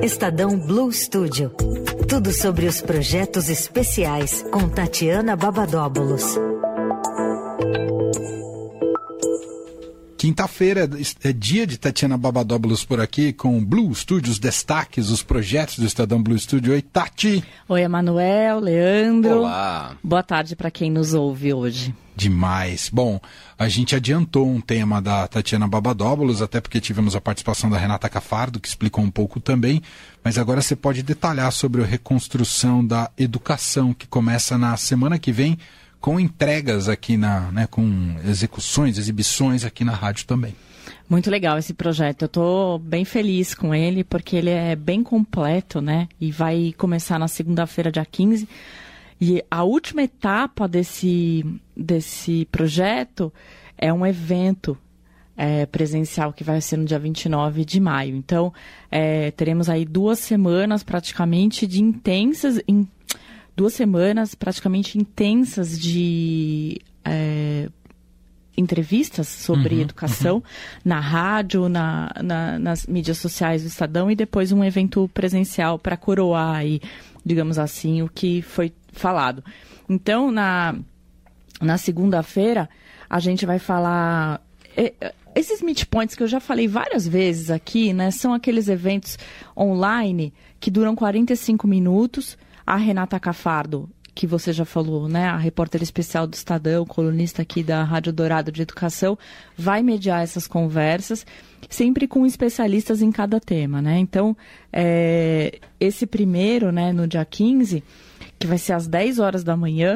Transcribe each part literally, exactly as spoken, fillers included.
Estadão Blue Studio. Tudo sobre os projetos especiais com Tatiana Babadóbulos. Quinta-feira é dia de Tatiana Babadóbulos por aqui com o Blue Studio, os destaques, os projetos do Estadão Blue Studio. Oi, Tati! Oi, Emanuel, Leandro. Olá! Boa tarde para quem nos ouve hoje. Demais. Bom, a gente adiantou um tema da Tatiana Babadóbulos, até porque tivemos a participação da Renata Cafardo, que explicou um pouco também, mas agora você pode detalhar sobre a reconstrução da educação, que começa na semana que vem, com entregas aqui, na, né, com execuções, exibições aqui na rádio também. Muito legal esse projeto. Eu estou bem feliz com ele, porque ele é bem completo, né? E vai começar na segunda-feira, dia quinze. E a última etapa desse, desse projeto é um evento é, presencial que vai ser no dia vinte e nove de maio. Então, é, teremos aí duas semanas praticamente de intensas... In, duas semanas praticamente intensas de é, entrevistas sobre uhum, educação uhum. na rádio, na, na, nas mídias sociais do Estadão e depois um evento presencial para coroar aí, digamos assim, o que foi falado. Então, na, na segunda-feira, a gente vai falar... É, esses meet points que eu já falei várias vezes aqui, né, são aqueles eventos online que duram quarenta e cinco minutos. A Renata Cafardo, que você já falou, né, a repórter especial do Estadão, colunista aqui da Rádio Dourado de Educação, vai mediar essas conversas, sempre com especialistas em cada tema, né? Então, é, esse primeiro, né, no dia quinze, que vai ser às dez horas da manhã,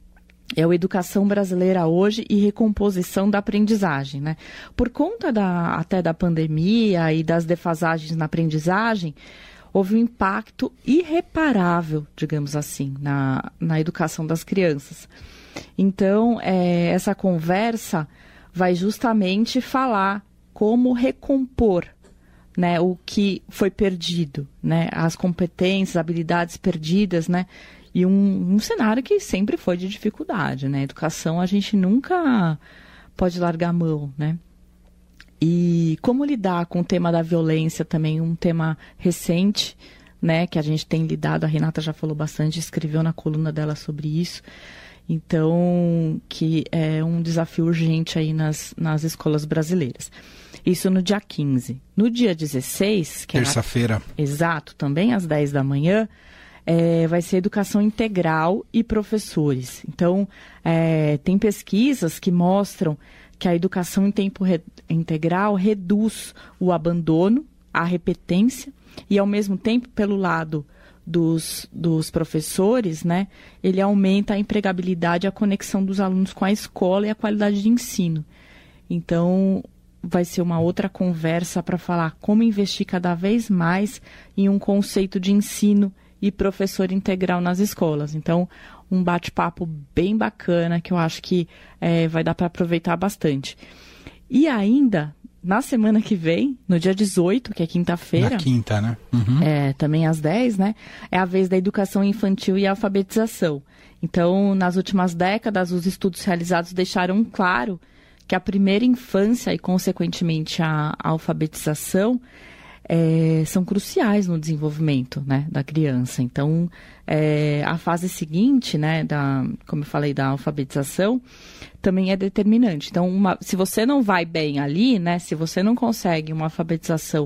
é o Educação Brasileira Hoje e Recomposição da Aprendizagem, né? Por conta da, até da pandemia e das defasagens na aprendizagem, houve um impacto irreparável, digamos assim, na, na educação das crianças. Então, é, essa conversa vai justamente falar como recompor, né, o que foi perdido, né, as competências, habilidades perdidas, né, e um, um cenário que sempre foi de dificuldade, né? Educação a gente nunca pode largar a mão, né? E como lidar com o tema da violência também, um tema recente, né, que a gente tem lidado, a Renata já falou bastante, escreveu na coluna dela sobre isso, então, que é um desafio urgente aí nas, nas escolas brasileiras. Isso no dia quinze. No dia dezesseis, que terça-feira. É, exato, também às dez da manhã, é, vai ser educação integral e professores. Então, é, tem pesquisas que mostram que a educação em tempo re- integral reduz o abandono, a repetência, e ao mesmo tempo, pelo lado dos, dos professores, né, ele aumenta a empregabilidade e a conexão dos alunos com a escola e a qualidade de ensino. Então, vai ser uma outra conversa para falar como investir cada vez mais em um conceito de ensino e professor integral nas escolas. Então, um bate-papo bem bacana que eu acho que é, vai dar para aproveitar bastante. E ainda, na semana que vem, no dia dezoito, que é quinta-feira... Na quinta, né? Uhum. É, também às dez, né? É a vez da educação infantil e alfabetização. Então, nas últimas décadas, os estudos realizados deixaram claro que a primeira infância e, consequentemente, a, a alfabetização... É, são cruciais no desenvolvimento, né, da criança. Então, é, a fase seguinte, né, da, como eu falei, da alfabetização, também é determinante. Então, uma, se você não vai bem ali, né, se você não consegue uma alfabetização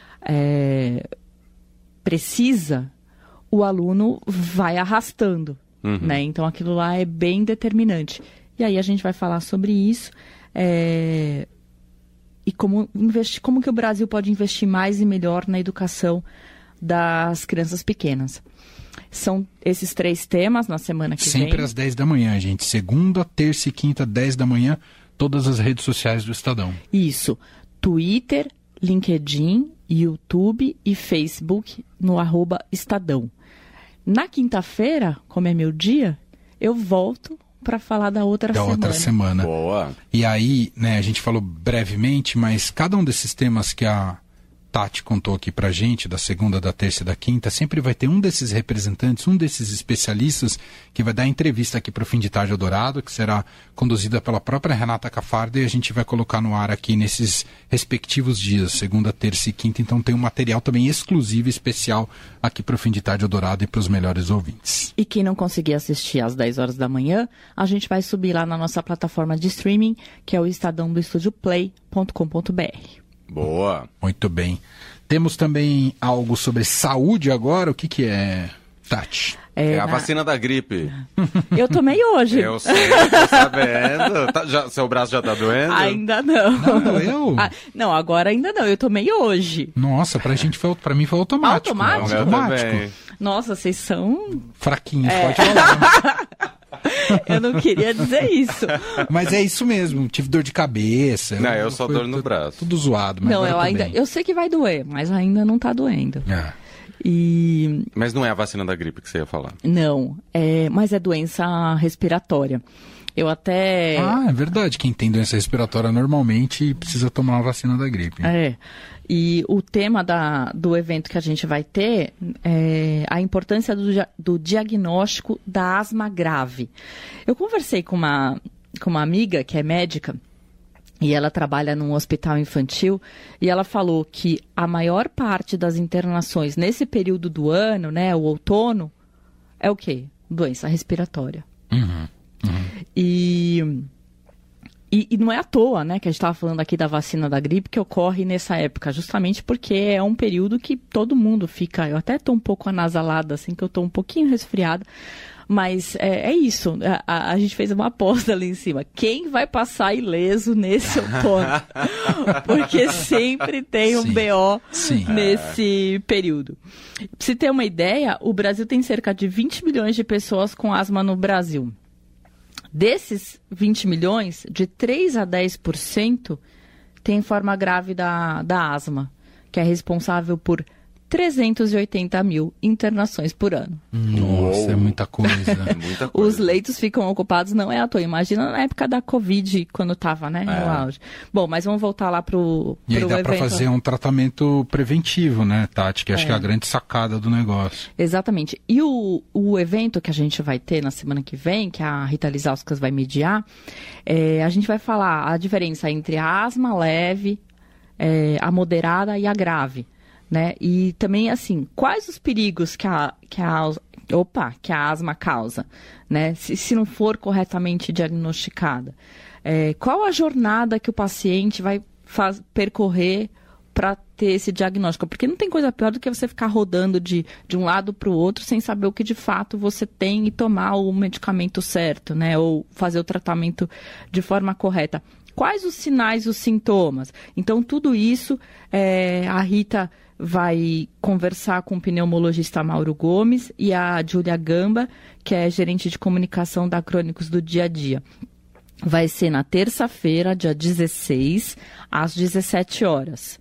é, precisa, o aluno vai arrastando, uhum. né? Então, aquilo lá é bem determinante. E aí a gente vai falar sobre isso. É, E como, investir, como que o Brasil pode investir mais e melhor na educação das crianças pequenas. São esses três temas na semana que Sempre vem. Sempre às dez da manhã, gente. Segunda, terça e quinta, dez da manhã, todas as redes sociais do Estadão. Isso. Twitter, LinkedIn, YouTube e Facebook no arroba Estadão. Na quinta-feira, como é meu dia, eu volto para falar da outra da semana. outra semana. Boa. E aí, né, a gente falou brevemente, mas cada um desses temas que a Tati contou aqui pra gente, da segunda, da terça e da quinta, sempre vai ter um desses representantes, um desses especialistas que vai dar entrevista aqui pro Fim de Tarde Eldorado, que será conduzida pela própria Renata Cafardo, e a gente vai colocar no ar aqui nesses respectivos dias, segunda, terça e quinta. Então tem um material também exclusivo, especial aqui pro Fim de Tarde Eldorado e pros melhores ouvintes. E quem não conseguir assistir às dez horas da manhã, a gente vai subir lá na nossa plataforma de streaming, que é o Estadão do Estúdio Play ponto com ponto b r. Boa. Muito bem. Temos também algo sobre saúde agora. O que que é, Tati? É, é na... a vacina da gripe. Eu tomei hoje. Eu sei, tô sabendo. Tá, já, seu braço já tá doendo? Ainda não. Não doeu? Ah, não, agora ainda não. Eu tomei hoje. Nossa, pra gente foi, pra mim foi automático. Automático? Né? Automático. Nossa, vocês são... Fraquinhos, É. pode falar. Eu não queria dizer isso. Mas é isso mesmo, tive dor de cabeça. Não, eu só foi dor no braço. Tudo zoado, mas Não, agora eu tô ainda... bem. Eu sei que vai doer, mas ainda não tá doendo. É. E... Mas não é a vacina da gripe que você ia falar. Não, é... mas é doença respiratória. Eu até... Ah, é verdade. Quem tem doença respiratória normalmente precisa tomar uma vacina da gripe. É. E o tema da, do evento que a gente vai ter é a importância do, do diagnóstico da asma grave. Eu conversei com uma, com uma amiga que é médica e ela trabalha num hospital infantil e ela falou que a maior parte das internações nesse período do ano, né, o outono, é o quê? Doença respiratória. Uhum, uhum. E... E, e não é à toa, né, que a gente estava falando aqui da vacina da gripe que ocorre nessa época, justamente porque é um período que todo mundo fica... Eu até estou um pouco anasalada, assim, que eu estou um pouquinho resfriada, mas é, é isso. A, a, a gente fez uma aposta ali em cima. Quem vai passar ileso nesse outono? Porque sempre tem um Sim, B O sim. nesse período. Pra você ter uma ideia, o Brasil tem cerca de vinte milhões de pessoas com asma no Brasil. Desses vinte milhões, de três a dez por cento tem forma grave da, da asma, que é responsável por trezentos e oitenta mil internações por ano. Nossa, Uou. é muita coisa. Muita coisa. Os leitos ficam ocupados, não é à toa. Imagina na época da Covid, quando estava, né, no É. auge. Bom, mas vamos voltar lá pro, E aí pro dá evento. pra fazer um tratamento preventivo, né, Tati? Que acho É. que é a grande sacada do negócio. Exatamente. E o, o evento que a gente vai ter na semana que vem, que a Rita Lizauskas vai mediar, é, a gente vai falar a diferença entre a asma leve, é, a moderada e a grave. Né? E também, assim, quais os perigos que a, que a, opa, que a asma causa, né? Se, se não for corretamente diagnosticada. É, qual a jornada que o paciente vai faz, percorrer para ter esse diagnóstico? Porque não tem coisa pior do que você ficar rodando de, de um lado para o outro sem saber o que de fato você tem e tomar o medicamento certo, né? Ou fazer o tratamento de forma correta. Quais os sinais, os sintomas? Então, tudo isso, é, a Rita vai conversar com o pneumologista Mauro Gomes e a Júlia Gamba, que é gerente de comunicação da Crônicos do Dia a Dia. Vai ser na terça-feira, dia dezesseis, às dezessete horas.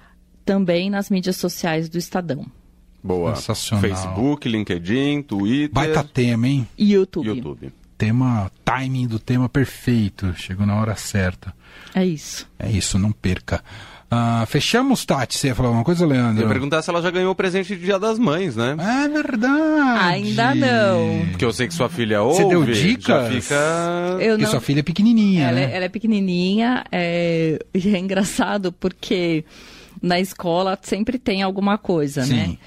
Também nas mídias sociais do Estadão. Boa. Sensacional. Facebook, LinkedIn, Twitter. Baita tema, hein? E YouTube. YouTube. Tema, timing do tema perfeito. Chegou na hora certa. É isso. É isso, não perca. Ah, fechamos, Tati? Você ia falar alguma coisa, Eu Leandro? ia perguntar se ela já ganhou o presente de Dia das Mães, né? É verdade. Ainda não. Porque eu sei que sua filha ouve. Você deu dicas? Já fica... Eu Porque não... sua filha é pequenininha, Ela, né? é, ela é pequenininha, é... e é engraçado porque na escola sempre tem alguma coisa, Sim. né?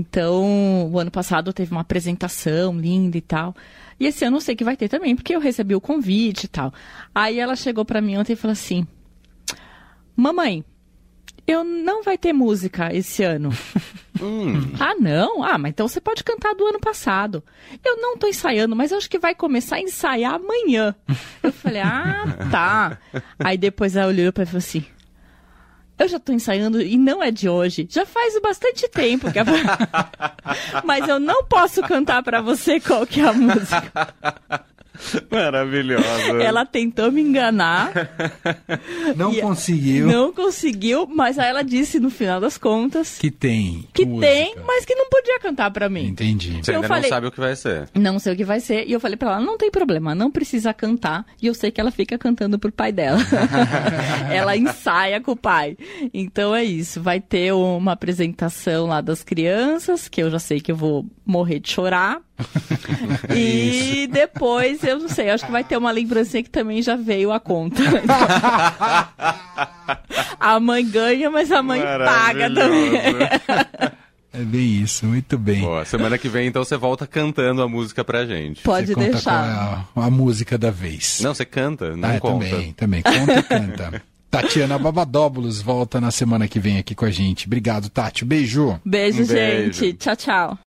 Então, o ano passado teve uma apresentação linda e tal. E esse ano eu sei que vai ter também, porque eu recebi o convite e tal. Aí ela chegou pra mim ontem e falou assim: mamãe, eu não vai ter música esse ano. Hum. Ah, não? Ah, mas então você pode cantar do ano passado. Eu não tô ensaiando, mas eu acho que vai começar a ensaiar amanhã. Eu falei, ah, tá. Aí depois ela olhou pra mim e falou assim: eu já tô ensaiando e não é de hoje. Já faz bastante tempo. Que a... mas eu não posso cantar pra você qual que é a música. Maravilhosa. Ela tentou me enganar. Não e conseguiu. Não conseguiu, mas aí ela disse no final das contas Que tem. que música. tem, mas que não podia cantar pra mim. Entendi. Você eu ainda falei- não sabe o que vai ser. Não sei o que vai ser. E eu falei pra ela, não tem problema, não precisa cantar. E eu sei que ela fica cantando pro pai dela. Ela ensaia com o pai. Então é isso. Vai ter uma apresentação lá das crianças, que eu já sei que eu vou morrer de chorar. E depois, eu não sei, acho que vai ter uma lembrancinha que também já veio a conta. A mãe ganha, mas a mãe paga também. É bem isso, muito bem. Boa, semana que vem, então, você volta cantando a música pra gente. Pode Você conta deixar. qual é a, a música da vez. Não, você canta, não Ah, conta. também, também. Conta e canta. Tatiana Babadóbulos volta na semana que vem aqui com a gente. Obrigado, Tati. Beijo. Beijo, Um beijo. gente. Tchau, tchau.